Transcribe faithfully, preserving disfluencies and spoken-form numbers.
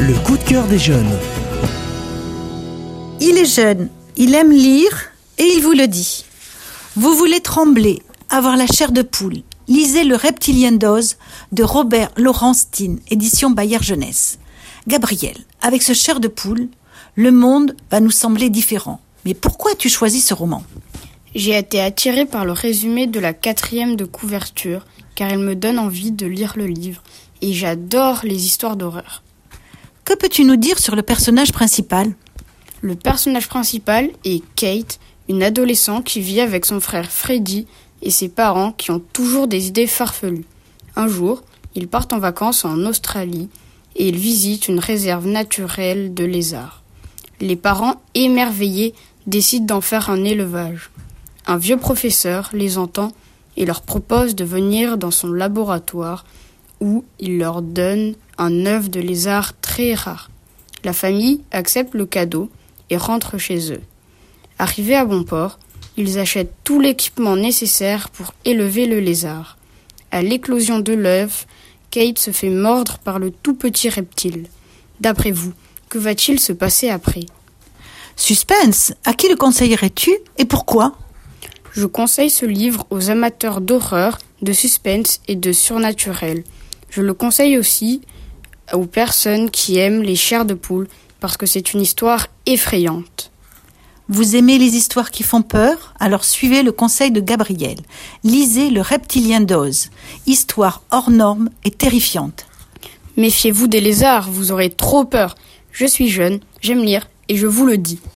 Le coup de cœur des jeunes. Il est jeune, il aime lire et il vous le dit. Vous voulez trembler, avoir la chair de poule. Lisez Le Reptilien d'Oz de Robert Lorenstein, édition Bayard Jeunesse. Gabriel, avec ce chair de poule, le monde va nous sembler différent. Mais pourquoi as-tu choisi ce roman ? J'ai été attirée par le résumé de la quatrième de couverture, car il me donne envie de lire le livre, et j'adore les histoires d'horreur. Que peux-tu nous dire sur le personnage principal ? Le personnage principal est Kate, une adolescente qui vit avec son frère Freddy et ses parents qui ont toujours des idées farfelues. Un jour, ils partent en vacances en Australie et ils visitent une réserve naturelle de lézards. Les parents, émerveillés, décident d'en faire un élevage. Un vieux professeur les entend et leur propose de venir dans son laboratoire où il leur donne un œuf de lézard très rare. La famille accepte le cadeau et rentre chez eux. Arrivés à bon port, ils achètent tout l'équipement nécessaire pour élever le lézard. À l'éclosion de l'œuf, Kate se fait mordre par le tout petit reptile. D'après vous, que va-t-il se passer après ? Suspense, à qui le conseillerais-tu et pourquoi ? Je conseille ce livre aux amateurs d'horreur, de suspense et de surnaturel. Je le conseille aussi aux personnes qui aiment les chairs de poule parce que c'est une histoire effrayante. Vous aimez les histoires qui font peur ? Alors suivez le conseil de Gabriel. Lisez Le Reptilien d'Oz. Histoire hors norme et terrifiante. Méfiez-vous des lézards, vous aurez trop peur. Je suis jeune, j'aime lire et je vous le dis.